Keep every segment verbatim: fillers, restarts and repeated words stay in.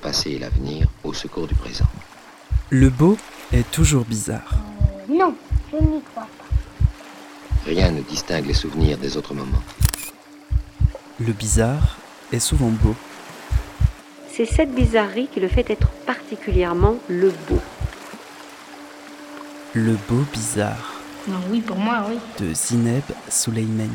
passé et l'avenir au secours du présent. Le beau est toujours bizarre. Euh, non, je n'y crois pas. Rien ne distingue les souvenirs des autres moments. Le bizarre est souvent beau. C'est cette bizarrerie qui le fait être particulièrement le beau. Le beau bizarre. Non, oui, pour moi, oui. De Zineb Souleimani.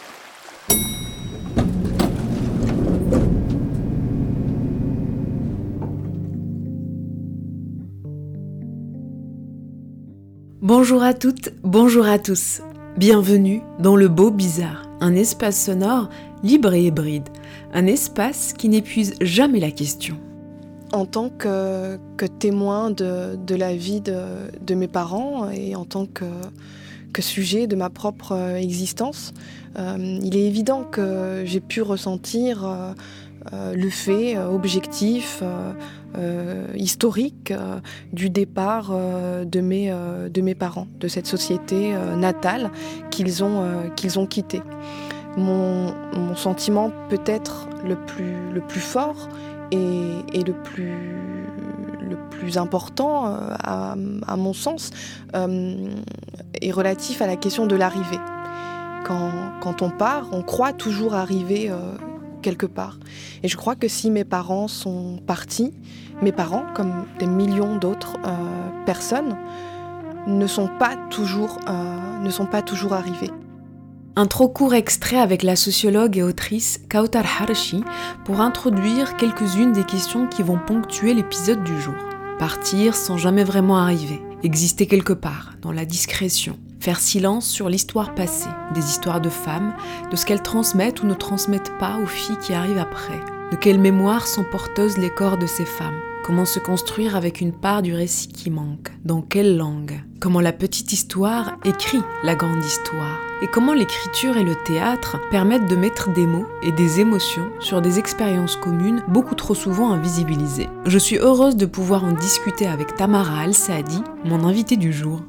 Bonjour à toutes, bonjour à tous. Bienvenue dans Le Beau Bizarre, un espace sonore libre et hybride, un espace qui n'épuise jamais la question. En tant que, que témoin de, de la vie de, de mes parents et en tant que, que sujet de ma propre existence, euh, il est évident que j'ai pu ressentir euh, euh, le fait euh, objectif, euh, euh, historique euh, du départ euh, de, mes, euh, de mes parents, de cette société euh, natale qu'ils ont, euh, qu'ils ont quittée. Mon, mon sentiment peut-être le plus, le plus fort et, et le, plus, le plus important, euh, à, à mon sens, euh, est relatif à la question de l'arrivée. Quand, quand on part, on croit toujours arriver euh, quelque part. Et je crois que si mes parents sont partis, mes parents, comme des millions d'autres euh, personnes, ne sont pas toujours, euh, ne sont pas toujours arrivés. Un trop court extrait avec la sociologue et autrice Kautar Harshi pour introduire quelques-unes des questions qui vont ponctuer l'épisode du jour. Partir sans jamais vraiment arriver. Exister quelque part, dans la discrétion. Faire silence sur l'histoire passée, des histoires de femmes, de ce qu'elles transmettent ou ne transmettent pas aux filles qui arrivent après. De quelle mémoire sont porteuses les corps de ces femmes? Comment se construire avec une part du récit qui manque? Dans quelle langue? Comment la petite histoire écrit la grande histoire? Et comment l'écriture et le théâtre permettent de mettre des mots et des émotions sur des expériences communes beaucoup trop souvent invisibilisées. Je suis heureuse de pouvoir en discuter avec Tamara El-Saadi, mon invitée du jour.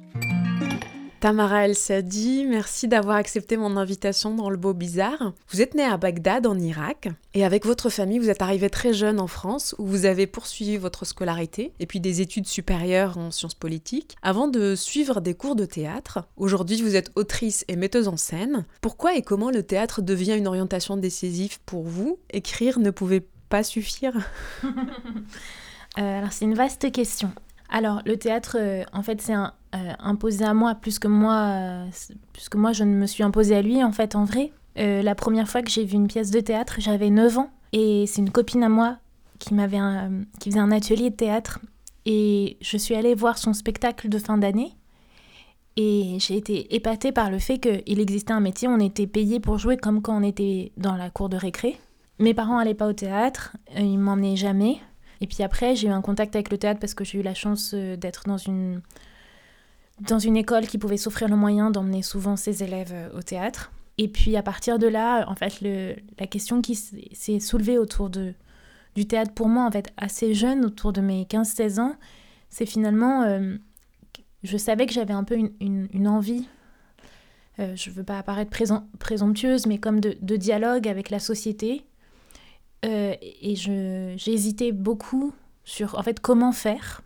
Tamara El-Saadi, merci d'avoir accepté mon invitation dans Le Beau Bizarre. Vous êtes née à Bagdad, en Irak, et avec votre famille, vous êtes arrivée très jeune en France, où vous avez poursuivi votre scolarité, et puis des études supérieures en sciences politiques, avant de suivre des cours de théâtre. Aujourd'hui, vous êtes autrice et metteuse en scène. Pourquoi et comment le théâtre devient une orientation décisive pour vous? Écrire ne pouvait pas suffire? euh, Alors, c'est une vaste question. Alors, le théâtre, euh, en fait, c'est un, euh, imposé à moi, plus que moi, euh, plus que moi, je ne me suis imposée à lui, en fait, en vrai. Euh, la première fois que j'ai vu une pièce de théâtre, j'avais neuf ans, et c'est une copine à moi qui, m'avait un, qui faisait un atelier de théâtre, et je suis allée voir son spectacle de fin d'année, et j'ai été épatée par le fait qu'il existait un métier où on était payé pour jouer comme quand on était dans la cour de récré. Mes parents n'allaient pas au théâtre, euh, ils ne m'emmenaient jamais. Et puis après, j'ai eu un contact avec le théâtre parce que j'ai eu la chance d'être dans une, dans une école qui pouvait s'offrir le moyen d'emmener souvent ses élèves au théâtre. Et puis à partir de là, en fait, le, la question qui s'est soulevée autour de, du théâtre pour moi, en fait, assez jeune, autour de mes quinze seize ans, c'est finalement... Euh, je savais que j'avais un peu une, une, une envie, euh, je ne veux pas apparaître présent, présomptueuse, mais comme de, de dialogue avec la société. Euh, et je, j'ai hésité beaucoup sur en fait comment faire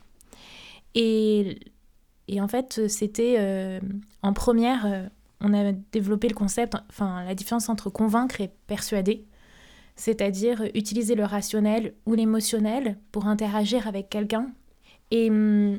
et, et en fait c'était euh, en première euh, on a développé le concept, enfin la différence entre convaincre et persuader, c'est-à-dire utiliser le rationnel ou l'émotionnel pour interagir avec quelqu'un et,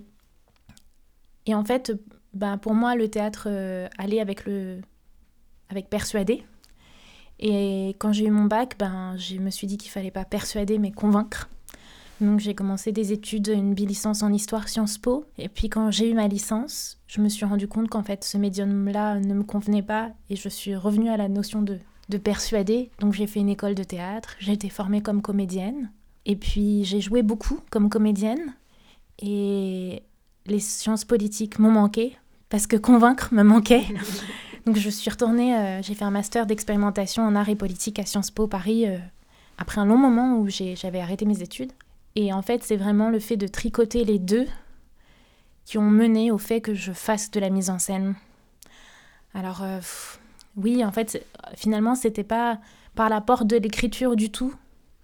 et en fait bah, pour moi le théâtre euh, allait avec, le, avec persuader. Et quand j'ai eu mon bac, ben, je me suis dit qu'il ne fallait pas persuader, mais convaincre. Donc j'ai commencé des études, une bi-licence en histoire Sciences Po. Et puis quand j'ai eu ma licence, je me suis rendu compte qu'en fait ce médium-là ne me convenait pas. Et je suis revenue à la notion de, de persuader. Donc j'ai fait une école de théâtre, j'ai été formée comme comédienne. Et puis j'ai joué beaucoup comme comédienne. Et les sciences politiques m'ont manqué, parce que convaincre me manquait. Donc je suis retournée, euh, j'ai fait un master d'expérimentation en art et politique à Sciences Po Paris, euh, après un long moment où j'ai, j'avais arrêté mes études. Et en fait, c'est vraiment le fait de tricoter les deux qui ont mené au fait que je fasse de la mise en scène. Alors, euh, pff, oui, en fait, finalement, c'était pas par la porte de l'écriture du tout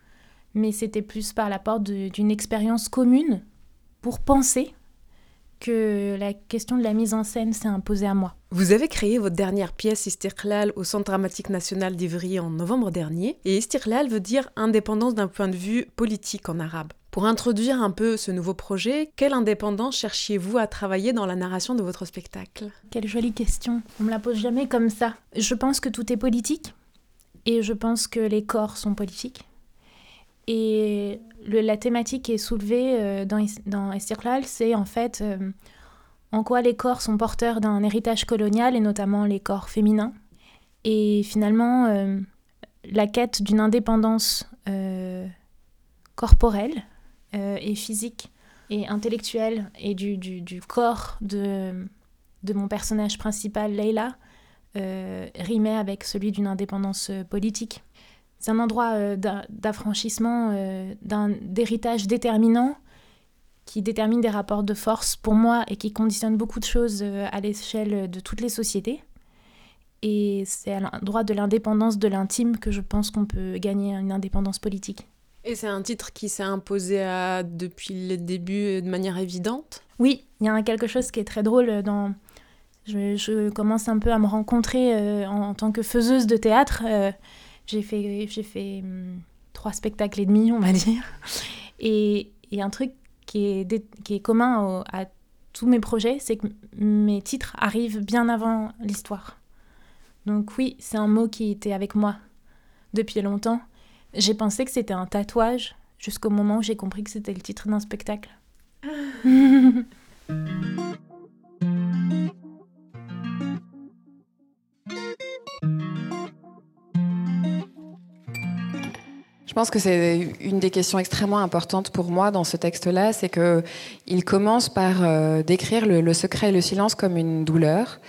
mais c'était plus par l'apport de, d'une expérience commune pour penser que la question de la mise en scène s'est imposée à moi. Vous avez créé votre dernière pièce Istiqlal au Centre dramatique national d'Ivry en novembre dernier, et Istiqlal veut dire indépendance d'un point de vue politique en arabe. Pour introduire un peu ce nouveau projet, quelle indépendance cherchiez-vous à travailler dans la narration de votre spectacle ? Quelle jolie question, on me la pose jamais comme ça. Je pense que tout est politique, et je pense que les corps sont politiques. Et le, la thématique qui est soulevée euh, dans, dans Istiqlal, c'est en fait euh, en quoi les corps sont porteurs d'un héritage colonial, et notamment les corps féminins. Et finalement, euh, la quête d'une indépendance euh, corporelle euh, et physique et intellectuelle, et du, du, du corps de, de mon personnage principal, Leila, euh, rimait avec celui d'une indépendance euh, politique. C'est un endroit euh, d'affranchissement, euh, d'un, d'héritage déterminant qui détermine des rapports de force pour moi et qui conditionne beaucoup de choses euh, à l'échelle de toutes les sociétés. Et c'est à l'endroit de l'indépendance de l'intime que je pense qu'on peut gagner une indépendance politique. Et c'est un titre qui s'est imposé à, depuis le début de manière évidente ? Oui, il y a quelque chose qui est très drôle dans... Je, je commence un peu à me rencontrer euh, en, en tant que faiseuse de théâtre. Euh, J'ai fait, j'ai fait hum, trois spectacles et demi, on va dire. Et, et un truc qui est, dé, qui est commun au, à tous mes projets, c'est que mes titres arrivent bien avant l'histoire. Donc oui, c'est un mot qui était avec moi depuis longtemps. J'ai pensé que c'était un tatouage jusqu'au moment où j'ai compris que c'était le titre d'un spectacle. Je pense que c'est une des questions extrêmement importantes pour moi dans ce texte-là, c'est qu'il commence par euh, décrire le, le secret et le silence comme une douleur,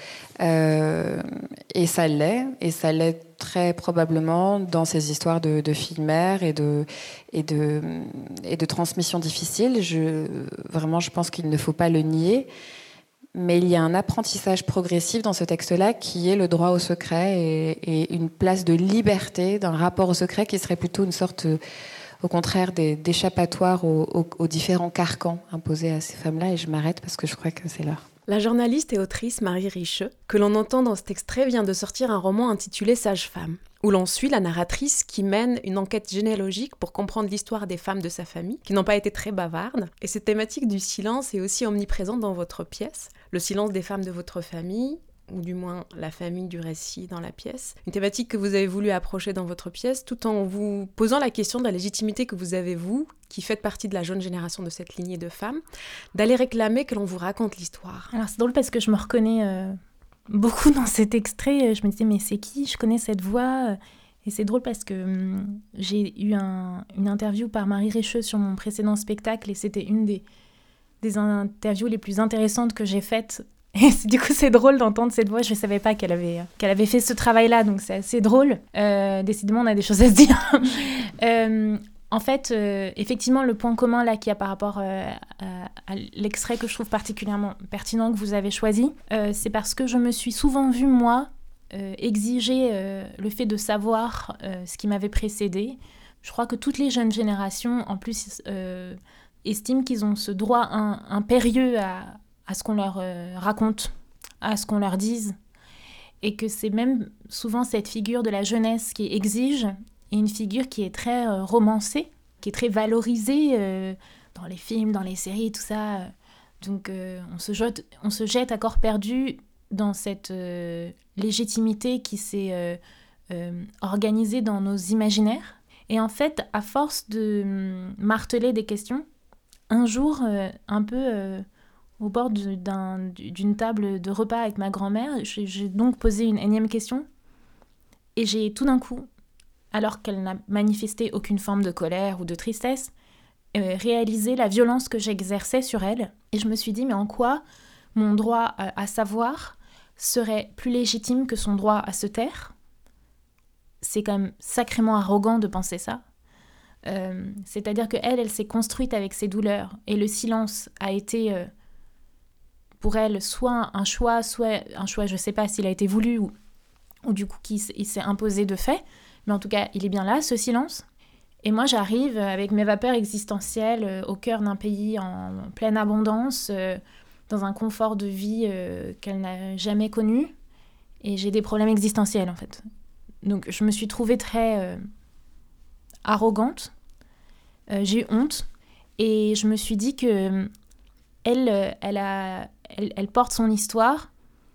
euh, et ça l'est, et ça l'est très probablement dans ces histoires de, de filles mères et de, et, de, et de transmission difficile. Je, vraiment, je pense qu'il ne faut pas le nier. Mais il y a un apprentissage progressif dans ce texte-là qui est le droit au secret et, et une place de liberté d'un rapport au secret qui serait plutôt une sorte, au contraire, d'échappatoire aux, aux, aux différents carcans imposés à ces femmes-là. Et je m'arrête parce que je crois que c'est l'heure. La journaliste et autrice Marie Richeux, que l'on entend dans cet extrait, vient de sortir un roman intitulé Sage-femme, où l'on suit la narratrice qui mène une enquête généalogique pour comprendre l'histoire des femmes de sa famille, qui n'ont pas été très bavardes. Et cette thématique du silence est aussi omniprésente dans votre pièce. Le silence des femmes de votre famille, ou du moins la famille du récit dans la pièce. Une thématique que vous avez voulu approcher dans votre pièce, tout en vous posant la question de la légitimité que vous avez, vous, qui faites partie de la jeune génération de cette lignée de femmes, d'aller réclamer que l'on vous raconte l'histoire. Alors c'est drôle parce que je me reconnais euh, beaucoup dans cet extrait. Je me disais, mais c'est qui ? Je connais cette voix. Et c'est drôle parce que hum, j'ai eu un, une interview par Marie Richeux sur mon précédent spectacle, et c'était une des, des interviews les plus intéressantes que j'ai faites. Et du coup, c'est drôle d'entendre cette voix. Je ne savais pas qu'elle avait, qu'elle avait fait ce travail-là, donc c'est assez drôle. Euh, décidément, on a des choses à se dire. euh, en fait, euh, effectivement, le point commun là qu'il y a par rapport euh, à, à l'extrait que je trouve particulièrement pertinent que vous avez choisi, euh, c'est parce que je me suis souvent vue, moi, euh, exiger euh, le fait de savoir euh, ce qui m'avait précédé. Je crois que toutes les jeunes générations, en plus, euh, estiment qu'ils ont ce droit un, impérieux à... à ce qu'on leur euh, raconte, à ce qu'on leur dise, et que c'est même souvent cette figure de la jeunesse qui exige, et une figure qui est très euh, romancée, qui est très valorisée euh, dans les films, dans les séries, tout ça. Donc euh, on, se jette, on se jette à corps perdu dans cette euh, légitimité qui s'est euh, euh, organisée dans nos imaginaires. Et en fait, à force de euh, marteler des questions, un jour, euh, un peu... Euh, au bord d'un, d'une table de repas avec ma grand-mère, j'ai, j'ai donc posé une énième question. Et j'ai tout d'un coup, alors qu'elle n'a manifesté aucune forme de colère ou de tristesse, euh, réalisé la violence que j'exerçais sur elle. Et je me suis dit, mais en quoi mon droit à, à savoir serait plus légitime que son droit à se taire ? C'est quand même sacrément arrogant de penser ça. Euh, c'est-à-dire qu'elle, elle s'est construite avec ses douleurs. Et le silence a été... Euh, pour elle, soit un choix, soit un choix, je ne sais pas s'il a été voulu ou, ou du coup qu'il il s'est imposé de fait, mais en tout cas, il est bien là, ce silence. Et moi, j'arrive avec mes vapeurs existentielles euh, au cœur d'un pays en, en pleine abondance, euh, dans un confort de vie euh, qu'elle n'a jamais connu. Et j'ai des problèmes existentiels, en fait. Donc, je me suis trouvée très euh, arrogante. Euh, j'ai eu honte. Et je me suis dit que elle, elle, a, elle, elle porte son histoire.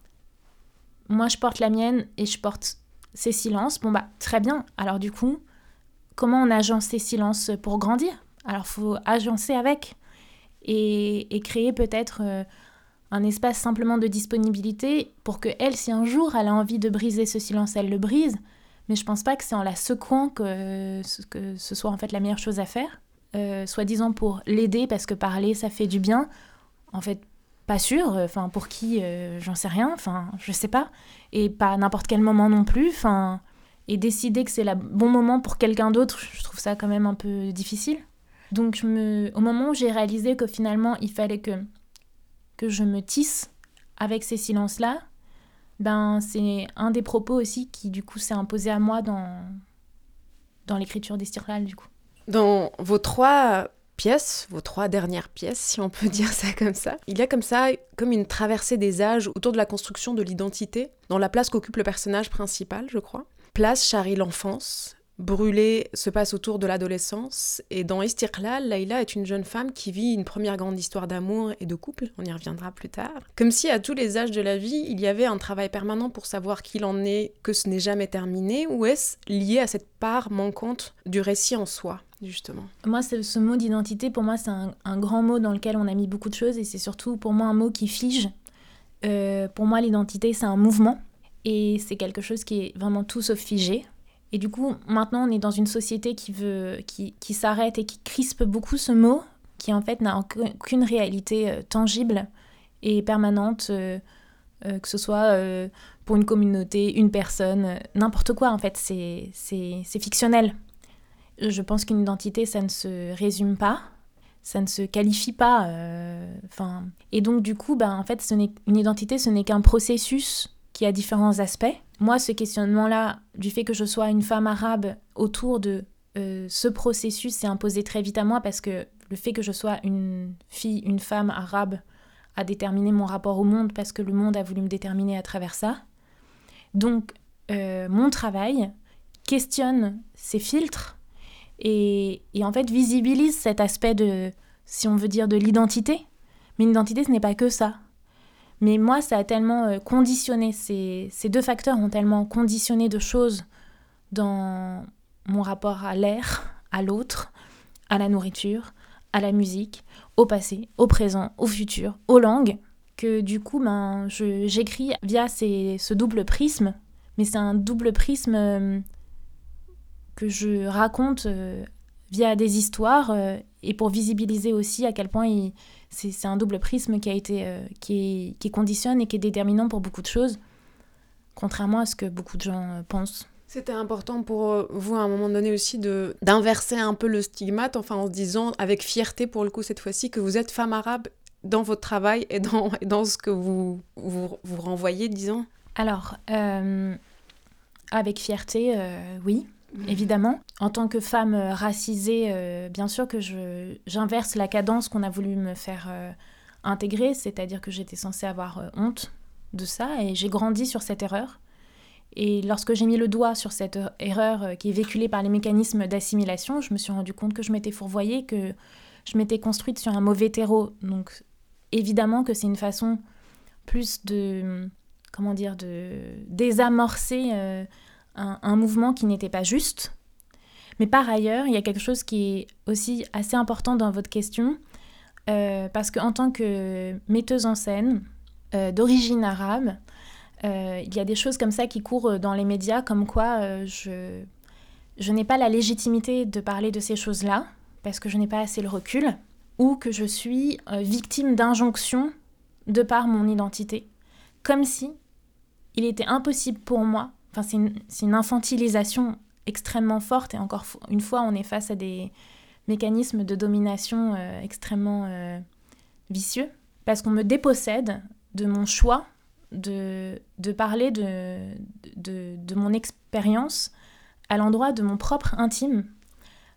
Moi, je porte la mienne et je porte ses silences. Bon, bah, très bien. Alors, du coup, comment on agence ces silences pour grandir ? Alors, il faut agencer avec. Et, et créer peut-être euh, un espace simplement de disponibilité pour que elle, si un jour elle a envie de briser ce silence, elle le brise. Mais je pense pas que c'est en la secouant que, que ce soit en fait la meilleure chose à faire. Euh, soi-disant pour l'aider parce que parler ça fait du bien. En fait, pas sûr. Enfin, pour qui, euh, j'en sais rien. Enfin, je sais pas. Et pas à n'importe quel moment non plus. Enfin, et décider que c'est le bon moment pour quelqu'un d'autre, je trouve ça quand même un peu difficile. Donc, je me... au moment où j'ai réalisé que finalement, il fallait que, que je me tisse avec ces silences-là, ben, c'est un des propos aussi qui, du coup, s'est imposé à moi dans, dans l'écriture d'Istiqlal, du coup. Dans vos trois pièces, vos trois dernières pièces, si on peut dire ça comme ça, il y a comme ça, comme une traversée des âges autour de la construction de l'identité, dans la place qu'occupe le personnage principal, je crois. Place charrie l'enfance, Brûlé se passe autour de l'adolescence, et dans Istiqlal, Layla est une jeune femme qui vit une première grande histoire d'amour et de couple, on y reviendra plus tard. Comme si à tous les âges de la vie, il y avait un travail permanent pour savoir qu'il en est, que ce n'est jamais terminé, ou est-ce lié à cette part manquante du récit en soi, justement ? Moi, ce, ce mot d'identité, pour moi, c'est un, un grand mot dans lequel on a mis beaucoup de choses, et c'est surtout pour moi un mot qui fige. Euh, pour moi, l'identité, c'est un mouvement, et c'est quelque chose qui est vraiment tout sauf figé. Et du coup, maintenant, on est dans une société qui, veut, qui, qui s'arrête et qui crispe beaucoup ce mot, qui en fait n'a aucune réalité euh, tangible et permanente, euh, euh, que ce soit euh, pour une communauté, une personne, euh, n'importe quoi, en fait, c'est, c'est, c'est fictionnel. Je pense qu'une identité, ça ne se résume pas, ça ne se qualifie pas. Euh, et donc, du coup, bah, en fait, ce n'est, une identité, ce n'est qu'un processus qui a différents aspects. Moi, ce questionnement-là, du fait que je sois une femme arabe autour de euh, ce processus, s'est imposé très vite à moi parce que le fait que je sois une fille, une femme arabe, a déterminé mon rapport au monde parce que le monde a voulu me déterminer à travers ça. Donc, euh, mon travail questionne ces filtres et, et en fait visibilise cet aspect de, si on veut dire, de l'identité. Mais une identité, ce n'est pas que ça. Mais moi, ça a tellement euh, conditionné, ces, ces deux facteurs ont tellement conditionné de choses dans mon rapport à l'air, à l'autre, à la nourriture, à la musique, au passé, au présent, au futur, aux langues, que du coup, ben, je, j'écris via ces, ce double prisme, mais c'est un double prisme euh, que je raconte euh, via des histoires euh, et pour visibiliser aussi à quel point il... C'est, c'est un double prisme qui a été euh, qui, est, qui conditionne et qui est déterminant pour beaucoup de choses, contrairement à ce que beaucoup de gens euh, pensent. C'était important pour vous à un moment donné aussi de, d'inverser un peu le stigmate, enfin en se disant avec fierté pour le coup cette fois-ci que vous êtes femme arabe dans votre travail et dans, et dans ce que vous, vous, vous renvoyez, disons. Alors, euh, avec fierté, euh, oui. Évidemment, en tant que femme racisée, euh, bien sûr que je, j'inverse la cadence qu'on a voulu me faire euh, intégrer, c'est-à-dire que j'étais censée avoir euh, honte de ça, et j'ai grandi sur cette erreur. Et lorsque j'ai mis le doigt sur cette erreur euh, qui est véhiculée par les mécanismes d'assimilation, je me suis rendu compte que je m'étais fourvoyée, que je m'étais construite sur un mauvais terreau. Donc évidemment que c'est une façon plus de, comment dire, de désamorcer... Euh, Un, un mouvement qui n'était pas juste. Mais par ailleurs, il y a quelque chose qui est aussi assez important dans votre question, euh, parce qu'en tant que metteuse en scène euh, d'origine arabe, euh, il y a des choses comme ça qui courent dans les médias, comme quoi euh, je, je n'ai pas la légitimité de parler de ces choses-là, parce que je n'ai pas assez le recul, ou que je suis euh, victime d'injonctions de par mon identité. Comme si il était impossible pour moi. Enfin, c'est une, c'est une infantilisation extrêmement forte, et encore une fois, on est face à des mécanismes de domination euh, extrêmement euh, vicieux, parce qu'on me dépossède de mon choix de, de parler de, de, de mon expérience à l'endroit de mon propre intime,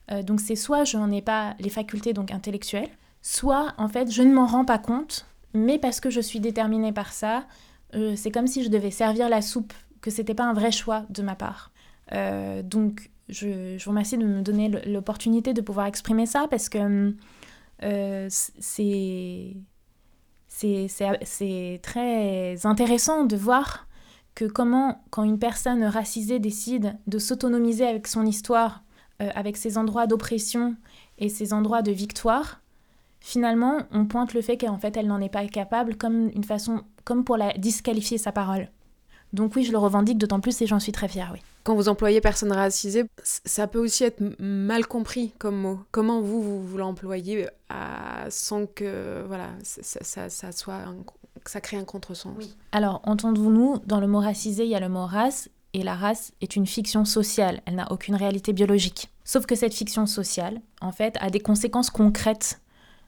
Euh, donc c'est soit je n'en ai pas les facultés donc intellectuelles, soit en fait je ne m'en rends pas compte, mais parce que je suis déterminée par ça, euh, c'est comme si je devais servir la soupe, que c'était pas un vrai choix de ma part. Euh, donc je, je vous remercie de me donner l'opportunité de pouvoir exprimer ça, parce que euh, c'est, c'est, c'est, c'est très intéressant de voir que comment, quand une personne racisée décide de s'autonomiser avec son histoire, euh, avec ses endroits d'oppression et ses endroits de victoire, finalement, on pointe le fait qu'en fait, elle n'en est pas capable, comme une façon, comme pour la disqualifier sa parole. Donc oui, je le revendique d'autant plus et j'en suis très fière, oui. Quand vous employez personne racisée, ça peut aussi être mal compris comme mot. Comment vous, vous, vous l'employez à, sans que voilà, ça, ça, ça, soit un, que ça crée un contresens? Oui. Alors, entendons-nous, dans le mot racisé, il y a le mot race, et la race est une fiction sociale. Elle n'a aucune réalité biologique. Sauf que cette fiction sociale, en fait, a des conséquences concrètes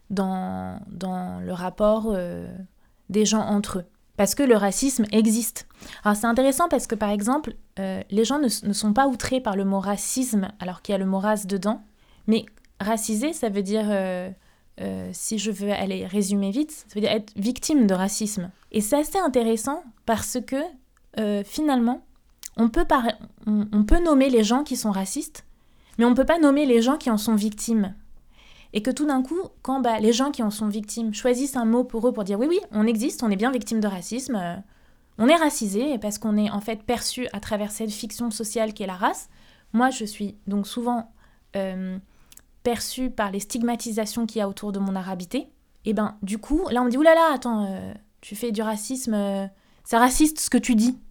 dans, dans le rapport euh, des gens entre eux. Parce que le racisme existe. Alors c'est intéressant parce que par exemple, euh, les gens ne, ne sont pas outrés par le mot racisme alors qu'il y a le mot race dedans. Mais racisé, ça veut dire, euh, euh, si je veux aller résumer vite, ça veut dire être victime de racisme. Et c'est assez intéressant parce que euh, finalement, on peut, par... on, on peut nommer les gens qui sont racistes, mais on ne peut pas nommer les gens qui en sont victimes. Et que tout d'un coup, quand bah, les gens qui en sont victimes choisissent un mot pour eux pour dire oui, oui, on existe, on est bien victime de racisme, euh, on est racisé parce qu'on est en fait perçu à travers cette fiction sociale qui est la race. Moi, je suis donc souvent euh, perçue par les stigmatisations qu'il y a autour de mon arabité. Et ben du coup, là on me dit oulala, attends, euh, tu fais du racisme, euh, c'est raciste ce que tu dis.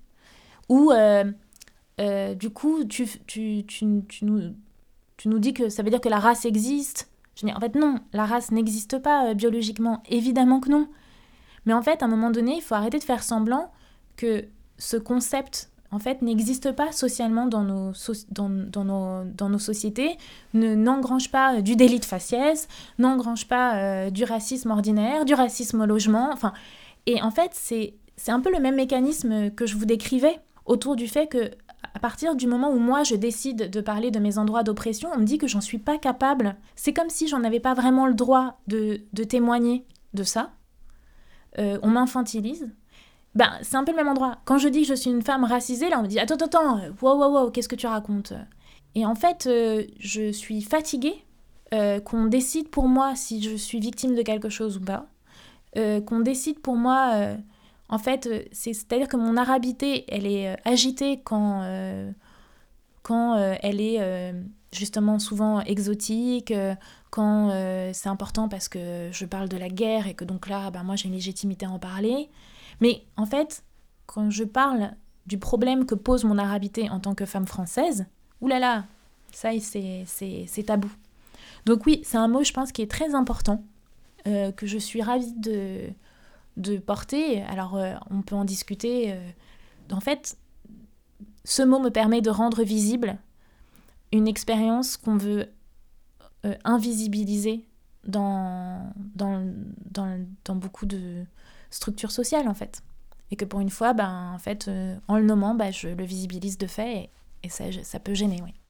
Ou euh, euh, du coup, tu, tu, tu, tu, nous, tu nous dis que ça veut dire que la race existe. Je dis, en fait, non, la race n'existe pas euh, biologiquement. Évidemment que non. Mais en fait, à un moment donné, il faut arrêter de faire semblant que ce concept, en fait, n'existe pas socialement dans nos, so- dans, dans nos, dans nos sociétés, ne, n'engrange pas euh, du délit de faciès, n'engrange pas euh, du racisme ordinaire, du racisme au logement. Enfin, et en fait, c'est, c'est un peu le même mécanisme que je vous décrivais autour du fait que à partir du moment où moi je décide de parler de mes endroits d'oppression, on me dit que j'en suis pas capable. C'est comme si j'en avais pas vraiment le droit de, de témoigner de ça. Euh, on m'infantilise. Ben, c'est un peu le même endroit. Quand je dis que je suis une femme racisée, là on me dit « Attends, attends, attends, wow, wow, wow, qu'est-ce que tu racontes ?» Et en fait, euh, je suis fatiguée euh, qu'on décide pour moi si je suis victime de quelque chose ou pas. Euh, qu'on décide pour moi... Euh, En fait, c'est, c'est-à-dire que mon arabité, elle est euh, agitée quand, euh, quand euh, elle est euh, justement souvent exotique, euh, quand euh, c'est important parce que je parle de la guerre et que donc là, ben, moi j'ai une légitimité à en parler. Mais en fait, quand je parle du problème que pose mon arabité en tant que femme française, oulala, ça c'est, c'est, c'est tabou. Donc oui, c'est un mot, je pense, qui est très important, euh, que je suis ravie de... de porter. Alors euh, on peut en discuter. Euh, en fait, ce mot me permet de rendre visible une expérience qu'on veut euh, invisibiliser dans, dans, dans, dans beaucoup de structures sociales en fait. Et que pour une fois, ben, en fait, euh, en le nommant, ben, je le visibilise de fait et, et ça, ça peut gêner, oui.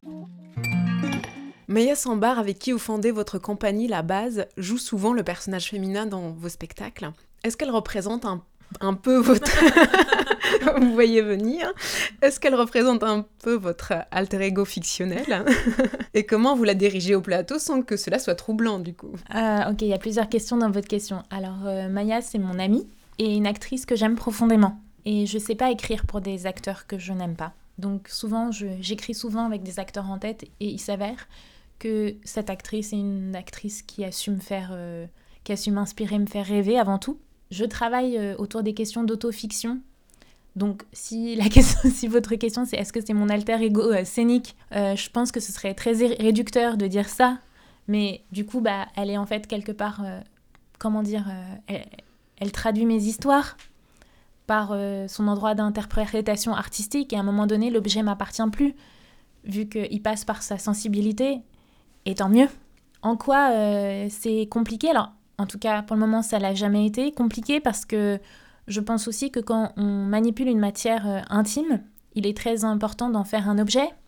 Maya Sambar, avec qui vous fondez votre compagnie La Base, joue souvent le personnage féminin dans vos spectacles. Est-ce qu'elle représente un, un peu votre... Vous voyez venir. Est-ce qu'elle représente un peu votre alter ego fictionnel? Et comment vous la dirigez au plateau sans que cela soit troublant, du coup? euh, Ok, il y a plusieurs questions dans votre question. Alors, euh, Maya, c'est mon amie et une actrice que j'aime profondément. Et je ne sais pas écrire pour des acteurs que je n'aime pas. Donc souvent, je, j'écris souvent avec des acteurs en tête et il s'avère que cette actrice est une actrice qui a su me faire... Euh, qui a su m'inspirer, me faire rêver avant tout. Je travaille euh, autour des questions d'autofiction. Donc, si, la question, si votre question, c'est est-ce que c'est mon alter ego euh, scénique, euh, je pense que ce serait très réducteur de dire ça. Mais du coup, bah, elle est en fait quelque part, euh, comment dire, euh, elle, elle traduit mes histoires par euh, son endroit d'interprétation artistique. Et à un moment donné, l'objet ne m'appartient plus, vu qu'il passe par sa sensibilité. Et tant mieux. En quoi euh, c'est compliqué? Alors, en tout cas, pour le moment, ça l'a jamais été compliqué parce que je pense aussi que quand on manipule une matière euh, intime, il est très important d'en faire un objet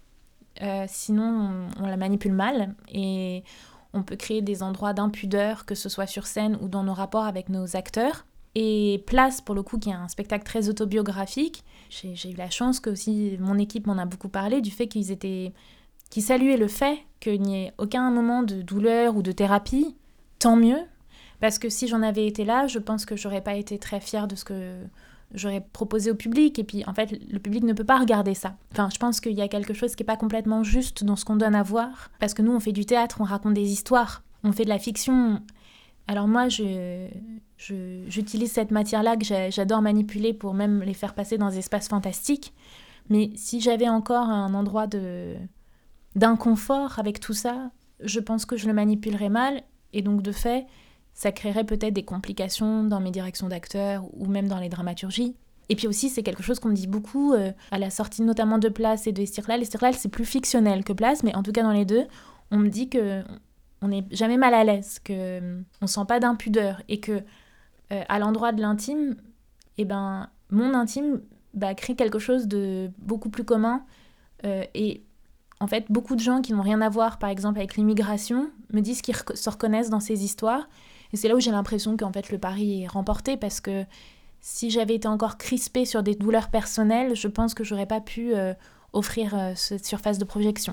Euh, sinon, on, on la manipule mal et on peut créer des endroits d'impudeur, que ce soit sur scène ou dans nos rapports avec nos acteurs. Et Place, pour le coup, qui est un spectacle très autobiographique, j'ai, j'ai eu la chance que aussi mon équipe m'en a beaucoup parlé, du fait qu'ils étaient, qu'ils saluaient le fait qu'il n'y ait aucun moment de douleur ou de thérapie, tant mieux, parce que si j'en avais été là, je pense que j'aurais pas été très fière de ce que j'aurais proposé au public, et puis en fait, le public ne peut pas regarder ça. Enfin, je pense qu'il y a quelque chose qui est pas complètement juste dans ce qu'on donne à voir, parce que nous, on fait du théâtre, on raconte des histoires, on fait de la fiction. Alors moi, je, je, j'utilise cette matière-là que j'adore manipuler pour même les faire passer dans des espaces fantastiques. Mais si j'avais encore un endroit de, d'inconfort avec tout ça, je pense que je le manipulerais mal. Et donc, de fait, ça créerait peut-être des complications dans mes directions d'acteurs ou même dans les dramaturgies. Et puis aussi, c'est quelque chose qu'on me dit beaucoup euh, à la sortie notamment de Place et de Istiqlal. Istiqlal, c'est plus fictionnel que Place, mais en tout cas dans les deux, on me dit que... on n'est jamais mal à l'aise, qu'on ne sent pas d'impudeur et que euh, à l'endroit de l'intime, eh ben, mon intime bah, crée quelque chose de beaucoup plus commun. Euh, et en fait, beaucoup de gens qui n'ont rien à voir, par exemple, avec l'immigration, me disent qu'ils rec- se reconnaissent dans ces histoires. Et c'est là où j'ai l'impression qu'en fait, le pari est remporté, parce que si j'avais été encore crispée sur des douleurs personnelles, je pense que je n'aurais pas pu euh, offrir euh, cette surface de projection.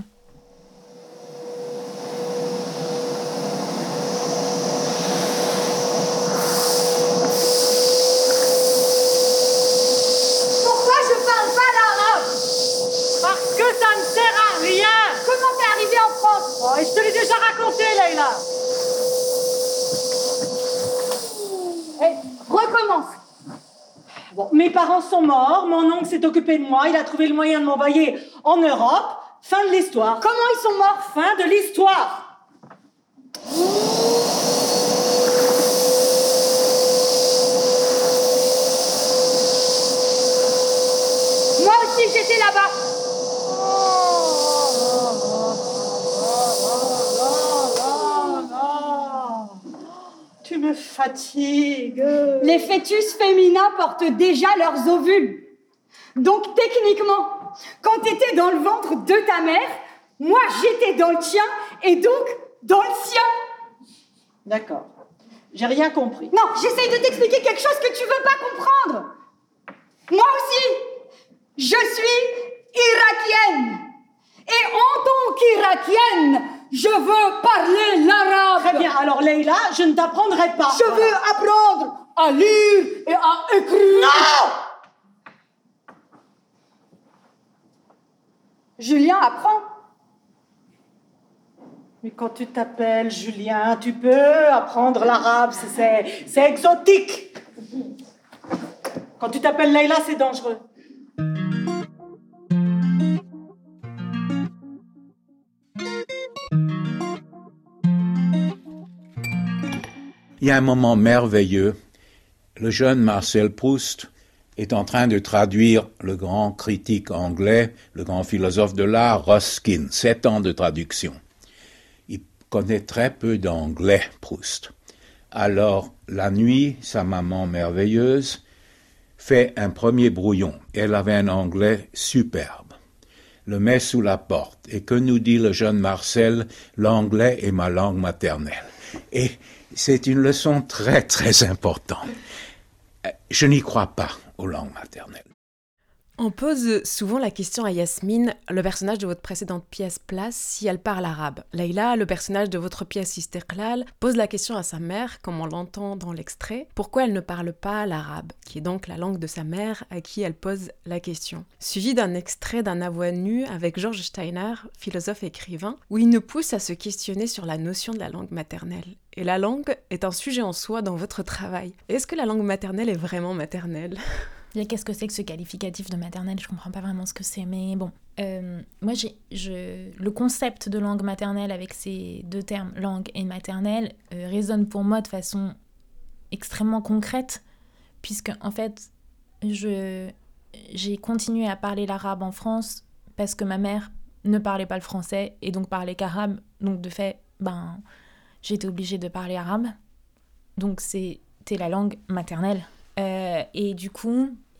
Et je te l'ai déjà raconté, Leïla. Hey, recommence. Bon, mes parents sont morts, mon oncle s'est occupé de moi, il a trouvé le moyen de m'envoyer en Europe. Fin de l'histoire. Comment ils sont morts? Fin de l'histoire. Moi aussi, j'étais là-bas. Tu me fatigues. Les fœtus féminins portent déjà leurs ovules. Donc techniquement, quand tu étais dans le ventre de ta mère, moi j'étais dans le tien et donc dans le sien. D'accord. J'ai rien compris. Non, j'essaye de t'expliquer quelque chose que tu veux pas comprendre. Moi aussi, je suis irakienne. Et en tant qu'irakienne, je veux parler l'arabe. Très bien, alors Leïla, je ne t'apprendrai pas. Je veux apprendre à lire et à écrire. Non! Julien apprend. Mais quand tu t'appelles Julien, tu peux apprendre l'arabe, c'est, c'est, c'est exotique. Quand tu t'appelles Leïla, c'est dangereux. Il y a un moment merveilleux. Le jeune Marcel Proust est en train de traduire le grand critique anglais, le grand philosophe de l'art, Ruskin. Sept ans de traduction. Il connaît très peu d'anglais, Proust. Alors, la nuit, sa maman merveilleuse fait un premier brouillon. Elle avait un anglais superbe. Le met sous la porte. Et que nous dit le jeune Marcel? L'anglais est ma langue maternelle. Et c'est une leçon très, très importante. Je n'y crois pas aux langues maternelles. On pose souvent la question à Yasmine, le personnage de votre précédente pièce Place, si elle parle arabe. Leïla, le personnage de votre pièce Istiqlal, pose la question à sa mère, comme on l'entend dans l'extrait, pourquoi elle ne parle pas l'arabe, qui est donc la langue de sa mère à qui elle pose la question. Suivi d'un extrait d'un À voix nue avec George Steiner, philosophe et écrivain, où il nous pousse à se questionner sur la notion de la langue maternelle. Et la langue est un sujet en soi dans votre travail. Est-ce que la langue maternelle est vraiment maternelle ? Qu'est-ce que c'est que ce qualificatif de maternelle? Je comprends pas vraiment ce que c'est, mais bon. Euh, moi, j'ai, je, le concept de langue maternelle avec ces deux termes, langue et maternelle, euh, résonne pour moi de façon extrêmement concrète, puisque en fait, je, j'ai continué à parler l'arabe en France parce que ma mère ne parlait pas le français et donc parlait qu'arabe. Donc de fait, ben, j'ai été obligée de parler arabe. Donc c'était la langue maternelle. Euh, et du coup,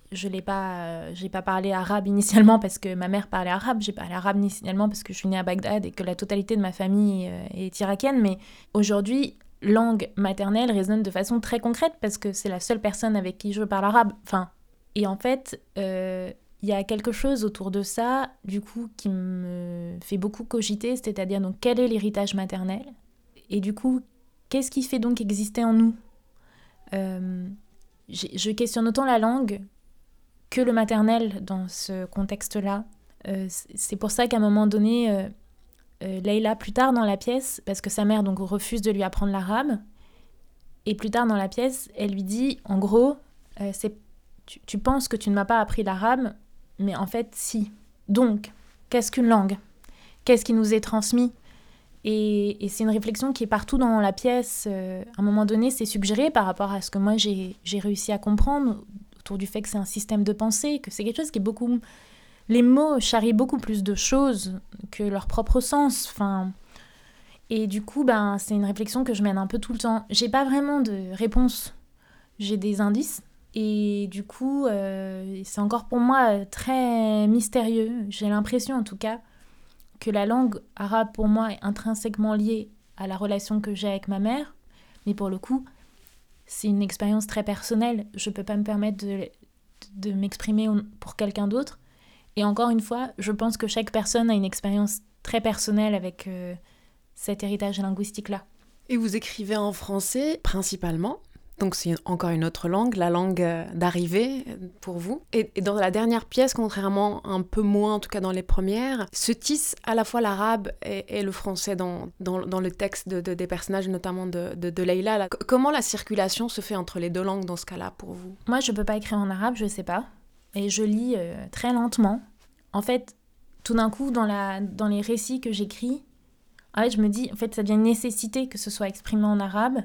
je n'ai pas, euh, j'ai pas parlé arabe initialement parce que ma mère parlait arabe, j'ai parlé arabe initialement parce que je suis née à Bagdad et que la totalité de ma famille euh, est irakienne, mais aujourd'hui, langue maternelle résonne de façon très concrète parce que c'est la seule personne avec qui je parle arabe. Enfin, et en fait, il euh, y a quelque chose autour de ça, du coup, qui me fait beaucoup cogiter, c'est-à-dire donc quel est l'héritage maternel ? Et du coup, qu'est-ce qui fait donc exister en nous ? euh, Je questionne autant la langue que le maternel dans ce contexte-là. Euh, c'est pour ça qu'à un moment donné... Euh, Euh, Leïla, plus tard dans la pièce, parce que sa mère donc refuse de lui apprendre l'arabe, et plus tard dans la pièce, elle lui dit, en gros, euh, c'est, tu, tu penses que tu ne m'as pas appris l'arabe, mais en fait, si. Donc, qu'est-ce qu'une langue ? Qu'est-ce qui nous est transmis ? et, et c'est une réflexion qui est partout dans la pièce. Euh, à un moment donné, c'est suggéré par rapport à ce que moi, j'ai, j'ai réussi à comprendre, autour du fait que c'est un système de pensée, que c'est quelque chose qui est beaucoup... Les mots charrient beaucoup plus de choses que leur propre sens. Enfin, et du coup, ben, c'est une réflexion que je mène un peu tout le temps. J'ai pas vraiment de réponse. J'ai des indices. Et du coup, euh, c'est encore pour moi très mystérieux. J'ai l'impression, en tout cas, que la langue arabe, pour moi, est intrinsèquement liée à la relation que j'ai avec ma mère. Mais pour le coup, c'est une expérience très personnelle. Je peux pas me permettre de, de m'exprimer pour quelqu'un d'autre. Et encore une fois, je pense que chaque personne a une expérience très personnelle avec euh, cet héritage linguistique-là. Et vous écrivez en français principalement, donc c'est encore une autre langue, la langue d'arrivée pour vous. Et, et dans la dernière pièce, contrairement un peu moins, en tout cas dans les premières, se tisse à la fois l'arabe et, et le français dans, dans, dans le texte de, de, des personnages, notamment de, de, de Leïla. Là. Comment la circulation se fait entre les deux langues dans ce cas-là pour vous ? Moi, je peux pas écrire en arabe, je sais pas. Et je lis euh, très lentement. En fait, tout d'un coup, dans, la, dans les récits que j'écris, en fait, je me dis, en fait, ça devient une nécessité que ce soit exprimé en arabe.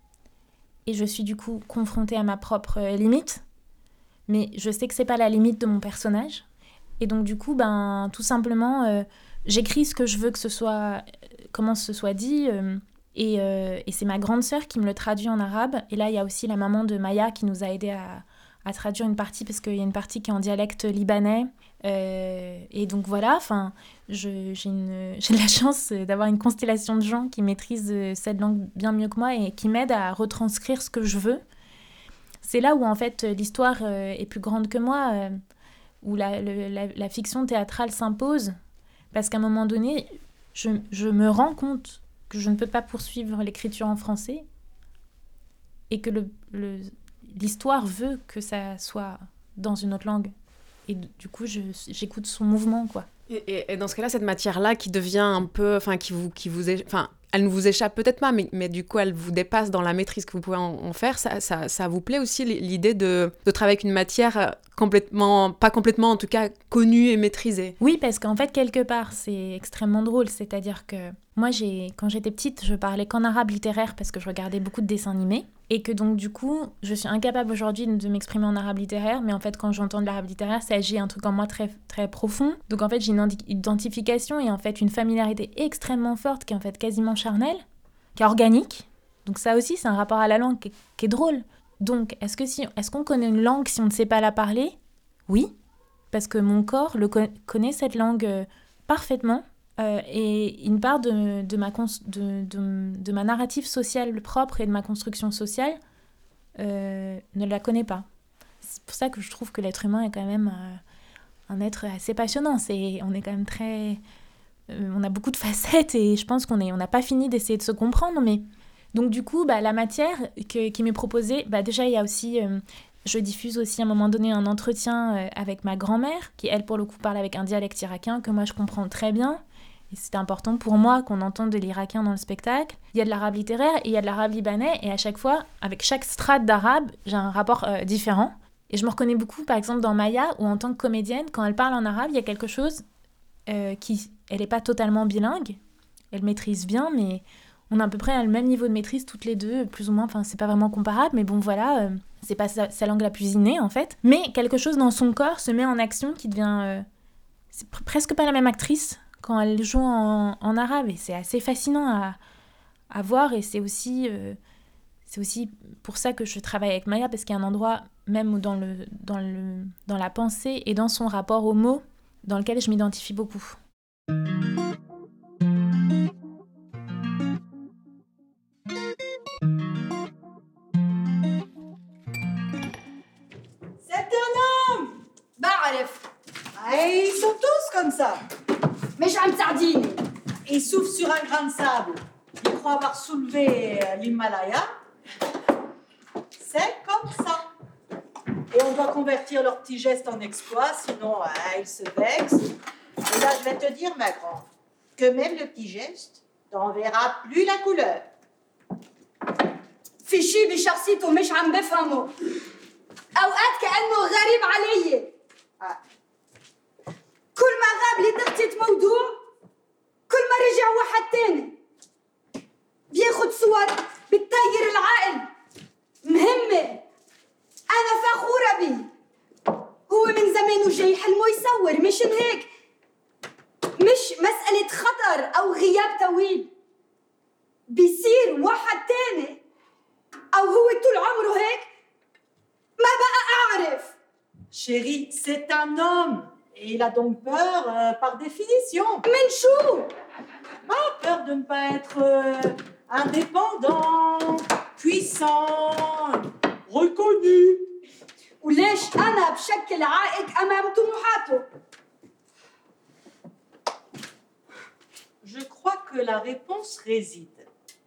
Et je suis du coup confrontée à ma propre euh, limite. Mais je sais que c'est pas la limite de mon personnage. Et donc, du coup, ben, tout simplement, euh, j'écris ce que je veux que ce soit, euh, comment ce soit dit. Euh, et, euh, et c'est ma grande sœur qui me le traduit en arabe. Et là, il y a aussi la maman de Maya qui nous a aidés à... à traduire une partie, parce qu'il y a une partie qui est en dialecte libanais. Euh, et donc voilà, je, j'ai, une, j'ai de la chance d'avoir une constellation de gens qui maîtrisent cette langue bien mieux que moi et qui m'aident à retranscrire ce que je veux. C'est là où en fait l'histoire est plus grande que moi, où la, le, la, la fiction théâtrale s'impose, parce qu'à un moment donné, je, je me rends compte que je ne peux pas poursuivre l'écriture en français et que le... le l'histoire veut que ça soit dans une autre langue. Et du coup, je, j'écoute son mouvement, quoi. Et, et, et dans ce cas-là, cette matière-là qui devient un peu... Enfin, qui vous... Qui vous é... enfin, elle ne vous échappe peut-être pas, mais, mais du coup, elle vous dépasse dans la maîtrise que vous pouvez en, en faire. Ça, ça, ça vous plaît aussi, l'idée de, de travailler avec une matière complètement... Pas complètement, en tout cas, connue et maîtrisée. Oui, parce qu'en fait, quelque part, c'est extrêmement drôle. C'est-à-dire que moi, j'ai, quand j'étais petite, je parlais qu'en arabe littéraire parce que je regardais beaucoup de dessins animés. Et que donc, du coup, je suis incapable aujourd'hui de m'exprimer en arabe littéraire. Mais en fait, quand j'entends de l'arabe littéraire, ça agit un truc en moi très, très profond. Donc, en fait, j'ai une identification et en fait, une familiarité extrêmement forte qui est en fait quasiment charnelle, qui est organique. Donc, ça aussi, c'est un rapport à la langue qui est, qui est drôle. Donc, est-ce, que si, est-ce qu'on connaît une langue si on ne sait pas la parler ? Oui, parce que mon corps le con- connaît cette langue euh, parfaitement. Euh, et une part de, de, ma cons- de, de, de ma narrative sociale propre et de ma construction sociale euh, ne la connaît pas. C'est pour ça que je trouve que l'être humain est quand même euh, un être assez passionnant. C'est, on est quand même très... Euh, on a beaucoup de facettes et je pense qu'on est, on n'a pas fini d'essayer de se comprendre. Mais... Donc du coup, bah, la matière que, qui m'est proposée, bah, déjà il y a aussi... Euh, je diffuse aussi à un moment donné un entretien euh, avec ma grand-mère, qui elle pour le coup parle avec un dialecte irakien que moi je comprends très bien. Et c'était important pour moi qu'on entende de l'irakien dans le spectacle. Il y a de l'arabe littéraire et il y a de l'arabe libanais. Et à chaque fois, avec chaque strate d'arabe, j'ai un rapport euh, différent. Et je me reconnais beaucoup, par exemple, dans Maya, où en tant que comédienne, quand elle parle en arabe, il y a quelque chose euh, qui... Elle n'est pas totalement bilingue. Elle maîtrise bien, mais on a à peu près le même niveau de maîtrise toutes les deux, plus ou moins. Enfin, c'est pas vraiment comparable, mais bon, voilà. Euh, c'est pas sa, sa langue la plus innée, en fait. Mais quelque chose dans son corps se met en action qui devient... Euh, c'est pr- presque pas la même actrice quand elle joue en, en arabe, et c'est assez fascinant à, à voir, et c'est aussi, euh, c'est aussi pour ça que je travaille avec Maya, parce qu'il y a un endroit même dans, le, dans, le, dans la pensée et dans son rapport aux mots, dans lequel je m'identifie beaucoup. C'est un homme. بعرف. Et ils sont tous comme ça. مش عم تساعديني. Ils soufflent sur un grain de sable. Ils croient avoir soulevé l'Himalaya. C'est comme ça. Et on doit convertir leurs petits gestes en exploits, sinon euh, ils se vexent. Et là, je vais te dire, ma grande, que même le petit geste, t'en verras plus la couleur. في شي بشخصيته مش عم بفهمه. أوقات كأنه غريب علي. آه. كل ما غاب لي تخطيط موضوع، كل ما رجع واحد تاني. بياخد صور بتطير العقل. مهمة. أنا فخورة بيه. هو من زمان وجاي حلمه يصور، مشان هيك مش مسألة خطر أو غياب طويل. بيصير واحد تاني أو هو طول عمره هيك. ما بقى أعرف. Chérie, c'est un homme. Et il a donc peur euh, par définition. من شو؟ Ah, peur de ne pas être euh, indépendant, puissant, reconnu. وليش أنا بشكل عائق أمام طموحاته؟ Je crois que la réponse réside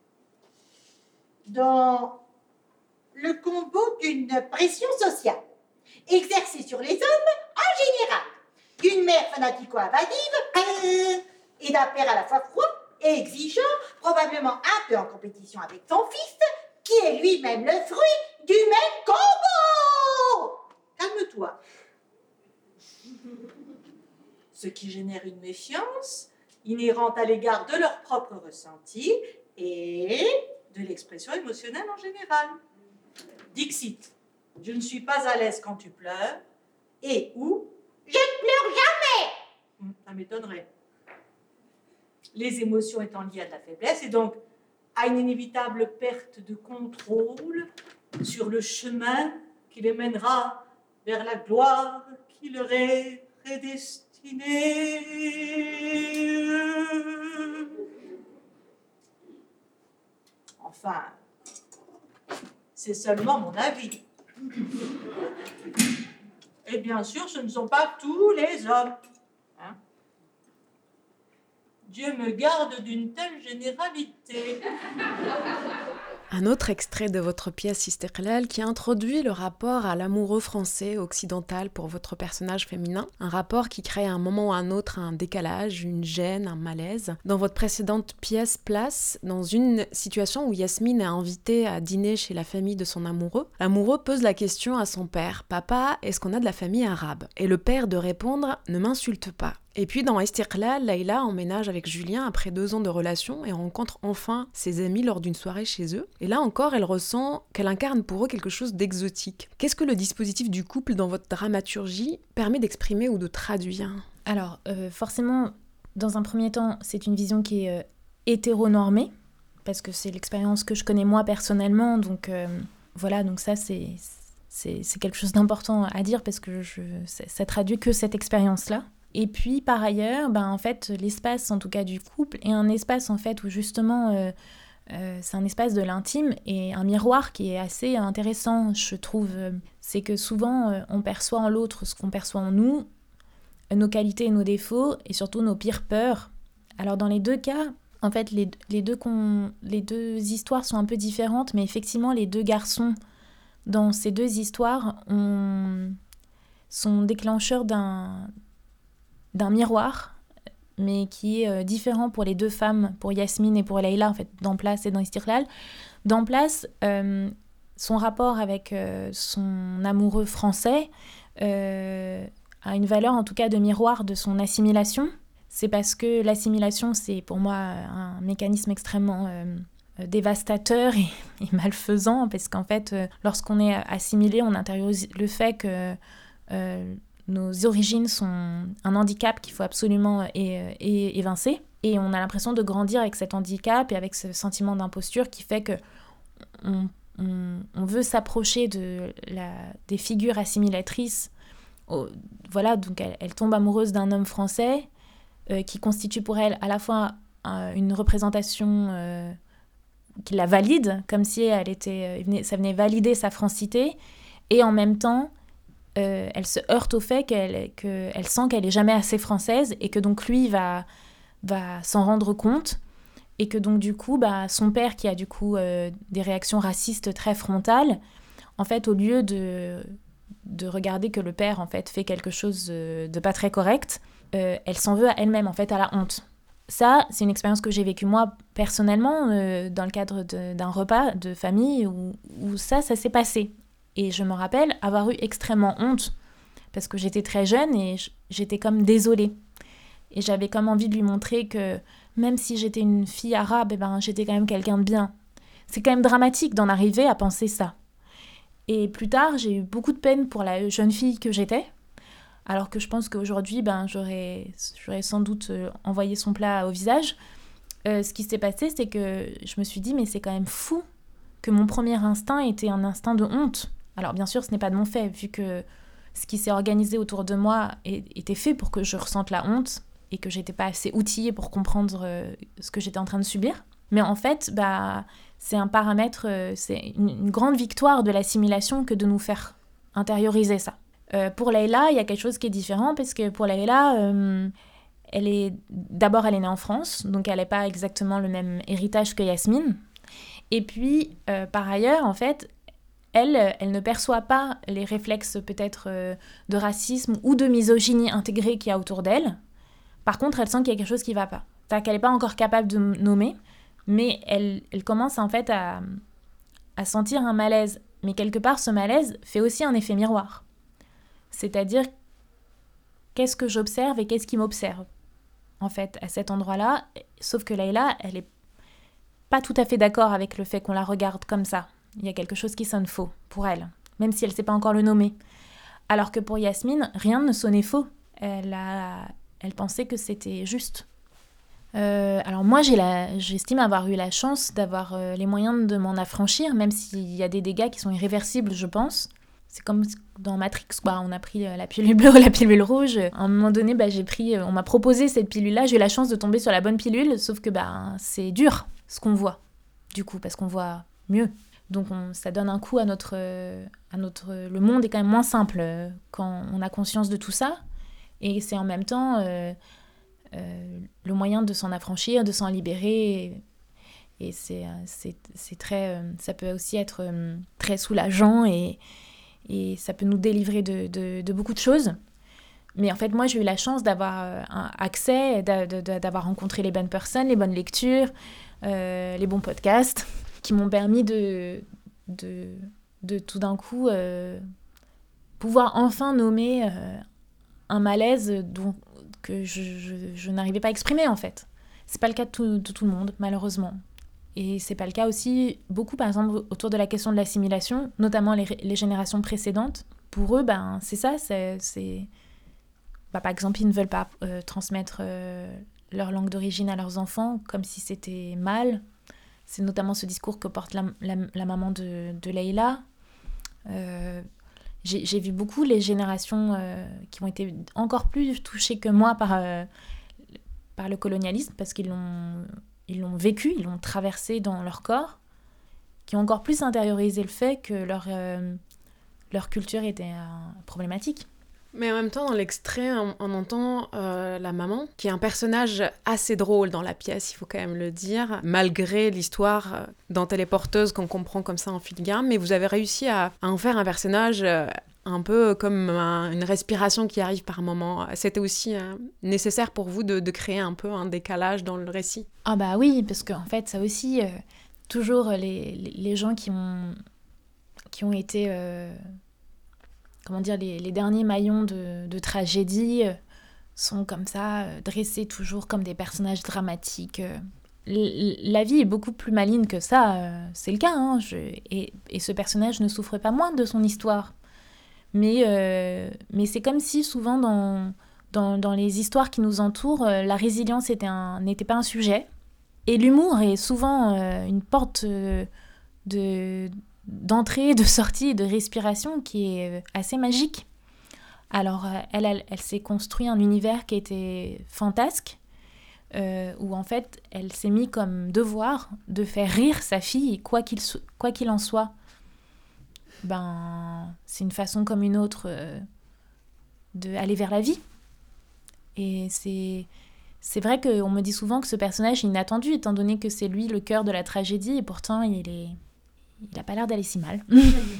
dans le combo d'une pression sociale exercée sur les hommes en général, d'une mère fanatico-invasive euh, et d'un père à la fois froid et exigeant, probablement un peu en compétition avec son fils, qui est lui-même le fruit du même combo. Calme-toi. ce qui génère une méfiance inhérente à l'égard de leur propre ressenti et de l'expression émotionnelle en général. Dixit, je ne suis pas à l'aise quand tu pleures, et ou je ne pleure jamais. Ça m'étonnerait. Les émotions étant liées à de la faiblesse et donc à une inévitable perte de contrôle sur le chemin qui les mènera vers la gloire qui leur est prédestinée. Enfin, c'est seulement mon avis. Et bien sûr, ce ne sont pas tous les hommes. Hein? Dieu me garde d'une telle généralité. Un autre extrait de votre pièce Istiqlal qui introduit le rapport à l'amoureux français occidental pour votre personnage féminin, un rapport qui crée à un moment ou à un autre un décalage, une gêne, un malaise. Dans votre précédente pièce Place, dans une situation où Yasmine est invitée à dîner chez la famille de son amoureux, l'amoureux pose la question à son père « Papa, est-ce qu'on a de la famille arabe ?» Et le père de répondre « Ne m'insulte pas ». Et puis dans Istiqlal, Layla emménage avec Julien après deux ans de relation et rencontre enfin ses amis lors d'une soirée chez eux. Et là encore, elle ressent qu'elle incarne pour eux quelque chose d'exotique. Qu'est-ce que le dispositif du couple dans votre dramaturgie permet d'exprimer ou de traduire ? Alors, euh, forcément, dans un premier temps, c'est une vision qui est euh, hétéronormée, parce que c'est l'expérience que je connais moi personnellement, donc euh, voilà, donc ça c'est, c'est, c'est quelque chose d'important à dire, parce que je, ça, ça traduit que cette expérience-là. Et puis, par ailleurs, ben, en fait, l'espace, en tout cas du couple, est un espace, en fait, où justement, euh, euh, c'est un espace de l'intime et un miroir qui est assez intéressant, je trouve. C'est que souvent, euh, on perçoit en l'autre ce qu'on perçoit en nous, nos qualités et nos défauts, et surtout nos pires peurs. Alors, dans les deux cas, en fait, les, les, deux, con... les deux histoires sont un peu différentes, mais effectivement, les deux garçons, dans ces deux histoires, on... sont déclencheurs d'un... d'un miroir, mais qui est euh, différent pour les deux femmes, pour Yasmine et pour Layla, en fait, dans Place et dans Istiqlal. Dans Place, euh, son rapport avec euh, son amoureux français euh, a une valeur, en tout cas, de miroir de son assimilation. C'est parce que l'assimilation, c'est pour moi un mécanisme extrêmement euh, dévastateur et, et malfaisant, parce qu'en fait, euh, lorsqu'on est assimilé, on intériorise le fait que... Euh, nos origines sont un handicap qu'il faut absolument é- é- évincer. Et on a l'impression de grandir avec cet handicap et avec ce sentiment d'imposture qui fait qu'on on, on veut s'approcher de la, des figures assimilatrices, oh, voilà, donc elle, elle tombe amoureuse d'un homme français euh, qui constitue pour elle à la fois euh, une représentation euh, qui la valide, comme si elle était, euh, ça venait valider sa francité, et en même temps, euh, elle se heurte au fait qu'elle, qu'elle sent qu'elle n'est jamais assez française, et que donc lui va, va s'en rendre compte, et que donc du coup, bah, son père qui a du coup euh, des réactions racistes très frontales, en fait, au lieu de, de regarder que le père en fait fait quelque chose de pas très correct, euh, elle s'en veut à elle-même, en fait, à la honte. Ça, c'est une expérience que j'ai vécue moi personnellement euh, dans le cadre de, d'un repas de famille où, où ça, ça s'est passé. Et je me rappelle avoir eu extrêmement honte parce que j'étais très jeune et j'étais comme désolée. Et j'avais comme envie de lui montrer que même si j'étais une fille arabe, eh ben, j'étais quand même quelqu'un de bien. C'est quand même dramatique d'en arriver à penser ça. Et plus tard, j'ai eu beaucoup de peine pour la jeune fille que j'étais, alors que je pense qu'aujourd'hui, ben, j'aurais, j'aurais sans doute envoyé son plat au visage. Euh, ce qui s'est passé, c'est que je me suis dit, mais c'est quand même fou que mon premier instinct était un instinct de honte. Alors bien sûr, ce n'est pas de mon fait, vu que ce qui s'est organisé autour de moi était fait pour que je ressente la honte, et que j'étais pas assez outillée pour comprendre euh, ce que j'étais en train de subir. Mais en fait, bah, c'est un paramètre, euh, c'est une, une grande victoire de l'assimilation que de nous faire intérioriser ça. Euh, pour Leïla, il y a quelque chose qui est différent, parce que pour Leïla, euh, elle est, d'abord elle est née en France, donc elle n'a pas exactement le même héritage que Yasmine. Et puis, euh, par ailleurs, en fait, elle, elle ne perçoit pas les réflexes peut-être euh, de racisme ou de misogynie intégrée qu'il y a autour d'elle. Par contre, elle sent qu'il y a quelque chose qui ne va pas. C'est-à-dire qu'elle n'est pas encore capable de nommer, mais elle, elle commence en fait à, à sentir un malaise. Mais quelque part, ce malaise fait aussi un effet miroir. C'est-à-dire, qu'est-ce que j'observe et qu'est-ce qui m'observe, en fait, à cet endroit-là. Sauf que Leïla, elle n'est pas tout à fait d'accord avec le fait qu'on la regarde comme ça. Il y a quelque chose qui sonne faux pour elle, même si elle ne sait pas encore le nommer. Alors que pour Yasmine, rien ne sonnait faux. Elle a... Elle pensait que c'était juste. Euh, alors moi, j'ai la, j'estime avoir eu la chance d'avoir euh, les moyens de m'en affranchir, même s'il y a des dégâts qui sont irréversibles, je pense. C'est comme dans Matrix, quoi. On a pris euh, la pilule bleue ou la pilule rouge. À un moment donné, bah, j'ai pris, euh, on m'a proposé cette pilule-là. J'ai eu la chance de tomber sur la bonne pilule, sauf que bah, c'est dur, ce qu'on voit, du coup, parce qu'on voit mieux. Donc on, ça donne un coup à notre, euh, à notre... Le monde est quand même moins simple euh, quand on a conscience de tout ça. Et c'est en même temps euh, euh, le moyen de s'en affranchir, de s'en libérer. Et, et c'est, c'est, c'est très, euh, ça peut aussi être euh, très soulageant et, et ça peut nous délivrer de, de, de beaucoup de choses. Mais en fait, moi, j'ai eu la chance d'avoir euh, un accès, d'a, de, d'avoir rencontré les bonnes personnes, les bonnes lectures, euh, les bons podcasts qui m'ont permis de, de, de tout d'un coup euh, pouvoir enfin nommer... Euh, un malaise dont, que je, je, je n'arrivais pas à exprimer, en fait. C'est pas le cas de tout, de tout le monde, malheureusement. Et c'est pas le cas aussi, beaucoup, par exemple, autour de la question de l'assimilation, notamment les, les générations précédentes. Pour eux, ben, c'est ça, c'est... c'est... Bah, par exemple, ils ne veulent pas euh, transmettre euh, leur langue d'origine à leurs enfants, comme si c'était mal. C'est notamment ce discours que porte la, la, la maman de, de Leïla. Euh, J'ai, j'ai vu beaucoup les générations euh, qui ont été encore plus touchées que moi par, euh, par le colonialisme, parce qu'ils l'ont, ils l'ont vécu, ils l'ont traversé dans leur corps, qui ont encore plus intériorisé le fait que leur, euh, leur culture était euh, problématique. Mais en même temps, dans l'extrait, on, on entend euh, la maman, qui est un personnage assez drôle dans la pièce, il faut quand même le dire, malgré l'histoire dont elle est porteuse, qu'on comprend comme ça en filigrane, mais vous avez réussi à, à en faire un personnage euh, un peu comme un, une respiration qui arrive par moment. C'était aussi euh, nécessaire pour vous de, de créer un peu un décalage dans le récit? Ah bah oui, parce qu'en fait, ça aussi, euh, toujours les, les gens qui ont, qui ont été... Euh, comment dire, les, les derniers maillons de, de tragédie euh, sont comme ça, euh, dressés toujours comme des personnages dramatiques. Euh. L- la vie est beaucoup plus maligne que ça, euh, c'est le cas, hein, je, et, et ce personnage ne souffre pas moins de son histoire. Mais, euh, mais c'est comme si souvent dans, dans, dans les histoires qui nous entourent, euh, la résilience était un, n'était pas un sujet. Et l'humour est souvent euh, une porte euh, de... d'entrée, de sortie, de respiration qui est assez magique. Alors, elle, elle, elle s'est construit un univers qui était fantasque, euh, où en fait, elle s'est mis comme devoir de faire rire sa fille, quoi qu'il, so- quoi qu'il en soit. Ben, c'est une façon comme une autre euh, d'aller vers la vie. Et c'est, c'est vrai qu'on me dit souvent que ce personnage est inattendu, étant donné que c'est lui le cœur de la tragédie, et pourtant, il est, il n'a pas l'air d'aller si mal.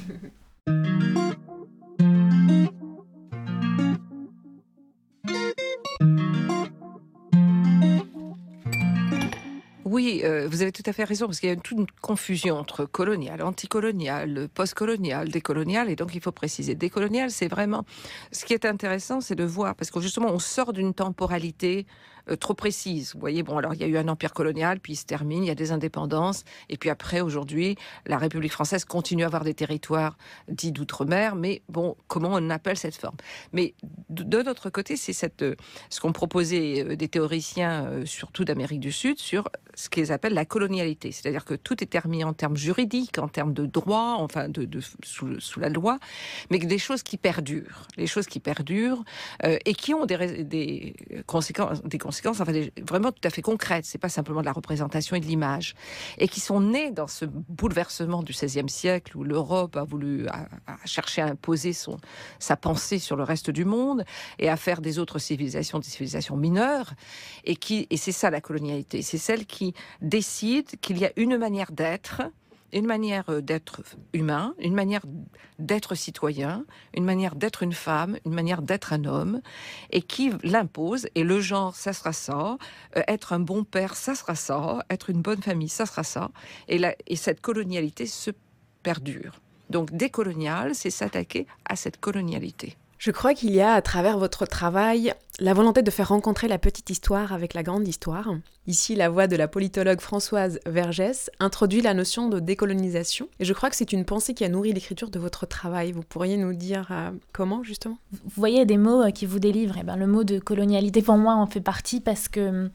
Oui, euh, vous avez tout à fait raison, parce qu'il y a toute une confusion entre colonial, anticolonial, postcolonial, décolonial, et donc il faut préciser. Décolonial, c'est vraiment... Ce qui est intéressant, c'est de voir, parce que justement, on sort d'une temporalité euh, trop précise. Vous voyez, bon, alors il y a eu un empire colonial, puis il se termine, il y a des indépendances, et puis après, aujourd'hui, la République française continue à avoir des territoires dits d'outre-mer, mais bon, comment on appelle cette forme? Mais de, de notre côté, c'est cette, euh, ce qu'ont proposé euh, des théoriciens, euh, surtout d'Amérique du Sud, sur ce qu'ils appellent la colonialité. C'est-à-dire que tout est terminé en termes juridiques, en termes de droit, enfin, de, de, sous, sous la loi, mais que des choses qui perdurent, les choses qui perdurent, euh, et qui ont des, des conséquences, des conséquences enfin, des, vraiment tout à fait concrètes. C'est pas simplement de la représentation et de l'image. Et qui sont nées dans ce bouleversement du seizième siècle où l'Europe a voulu a, a cherché à imposer son, sa pensée sur le reste du monde et à faire des autres civilisations des civilisations mineures. Et, qui, et c'est ça la colonialité. C'est celle qui décide qu'il y a une manière d'être, une manière d'être humain, une manière d'être citoyen, une manière d'être une femme, une manière d'être un homme, et qui l'impose. Et le genre, ça sera ça. Euh, être un bon père, ça sera ça. Être une bonne famille, ça sera ça. Et, la, et cette colonialité se perdure. Donc décolonial, c'est s'attaquer à cette colonialité. Je crois qu'il y a, à travers votre travail, la volonté de faire rencontrer la petite histoire avec la grande histoire. Ici, la voix de la politologue Françoise Vergès introduit la notion de décolonisation. Et je crois que c'est une pensée qui a nourri l'écriture de votre travail. Vous pourriez nous dire euh, comment, justement ? Vous voyez des mots qui vous délivrent. Eh ben, le mot de colonialité, pour moi, en fait partie parce que...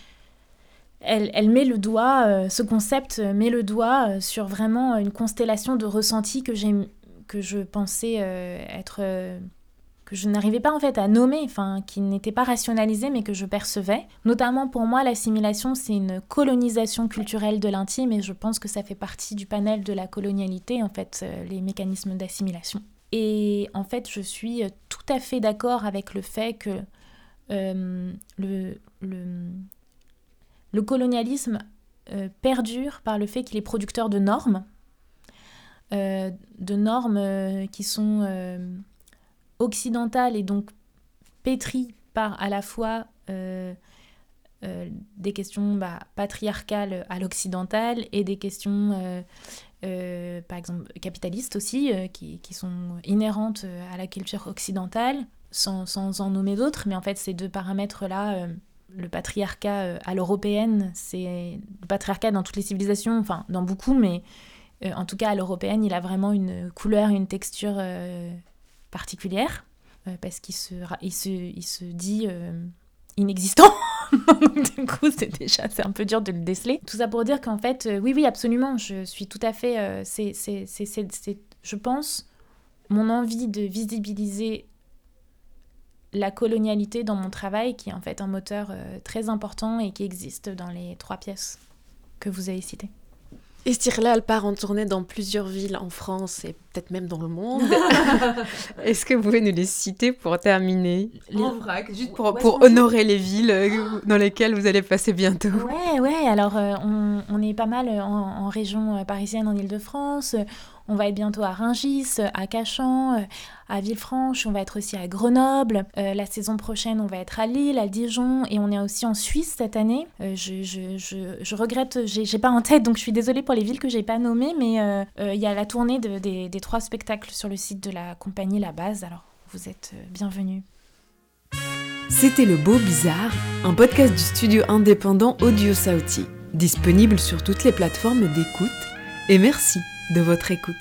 Elle, elle met le doigt, euh, ce concept met le doigt sur vraiment une constellation de ressentis que, j'ai, que je pensais euh, être... Euh, que je n'arrivais pas en fait à nommer, enfin, qui n'étaient pas rationalisés mais que je percevais. Notamment pour moi, l'assimilation, c'est une colonisation culturelle de l'intime et je pense que ça fait partie du panel de la colonialité, en fait, euh, les mécanismes d'assimilation. Et en fait, je suis tout à fait d'accord avec le fait que euh, le, le, le colonialisme euh, perdure par le fait qu'il est producteur de normes, euh, de normes euh, qui sont... Euh, occidentale et donc pétrie par à la fois euh, euh, des questions bah, patriarcales à l'occidental et des questions, euh, euh, par exemple, capitalistes aussi, euh, qui, qui sont inhérentes à la culture occidentale, sans, sans en nommer d'autres, mais en fait ces deux paramètres-là, euh, le patriarcat euh, à l'européenne, c'est le patriarcat dans toutes les civilisations, enfin dans beaucoup, mais euh, en tout cas à l'européenne, il a vraiment une couleur, une texture... Euh, particulière, euh, parce qu'il se, il se, il se dit euh, inexistant. Donc, du coup, c'est déjà c'est un peu dur de le déceler. Tout ça pour dire qu'en fait, euh, oui, oui, absolument, je suis tout à fait... Euh, c'est, c'est, c'est, c'est, c'est, je pense, mon envie de visibiliser la colonialité dans mon travail, qui est en fait un moteur euh, très important et qui existe dans les trois pièces que vous avez citées. Istiqlal part en tournée dans plusieurs villes en France et peut-être même dans le monde. Est-ce que vous pouvez nous les citer pour terminer ? Les... En vrac, juste pour, pour honorer les villes dans lesquelles vous allez passer bientôt. Ouais, ouais, alors euh, on, on est pas mal en, en région parisienne, en Île-de-France. On va être bientôt à Rungis, à Cachan, à Villefranche, on va être aussi à Grenoble. Euh, la saison prochaine, on va être à Lille, à Dijon, et on est aussi en Suisse cette année. Euh, je, je, je, je regrette, j'ai, j'ai pas en tête, donc je suis désolée pour les villes que j'ai pas nommées, mais il euh, euh, y a la tournée de, des, des trois spectacles sur le site de la compagnie La Base, alors vous êtes euh, bienvenus. C'était Le Beau Bizarre, un podcast du studio indépendant Audio Sauti, disponible sur toutes les plateformes d'écoute, et merci de votre écoute.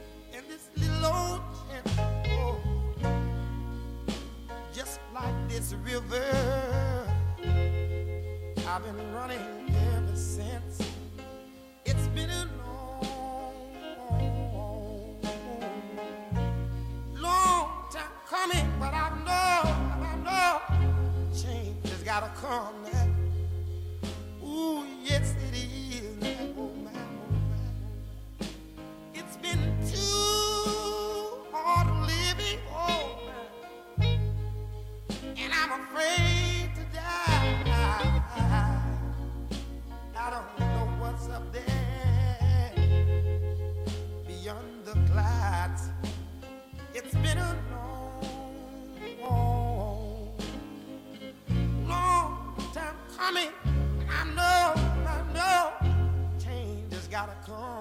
Just like this world. I've been running ever since. It's been a long, long time coming, but I know, I know, change has gotta come now. Ooh, yes it is now, oh my, oh my. It's been too hard living, oh my, and I'm afraid to die. I don't know what's up there beyond the clouds. It's been a long, long, long time coming. I know, I know, change has gotta come.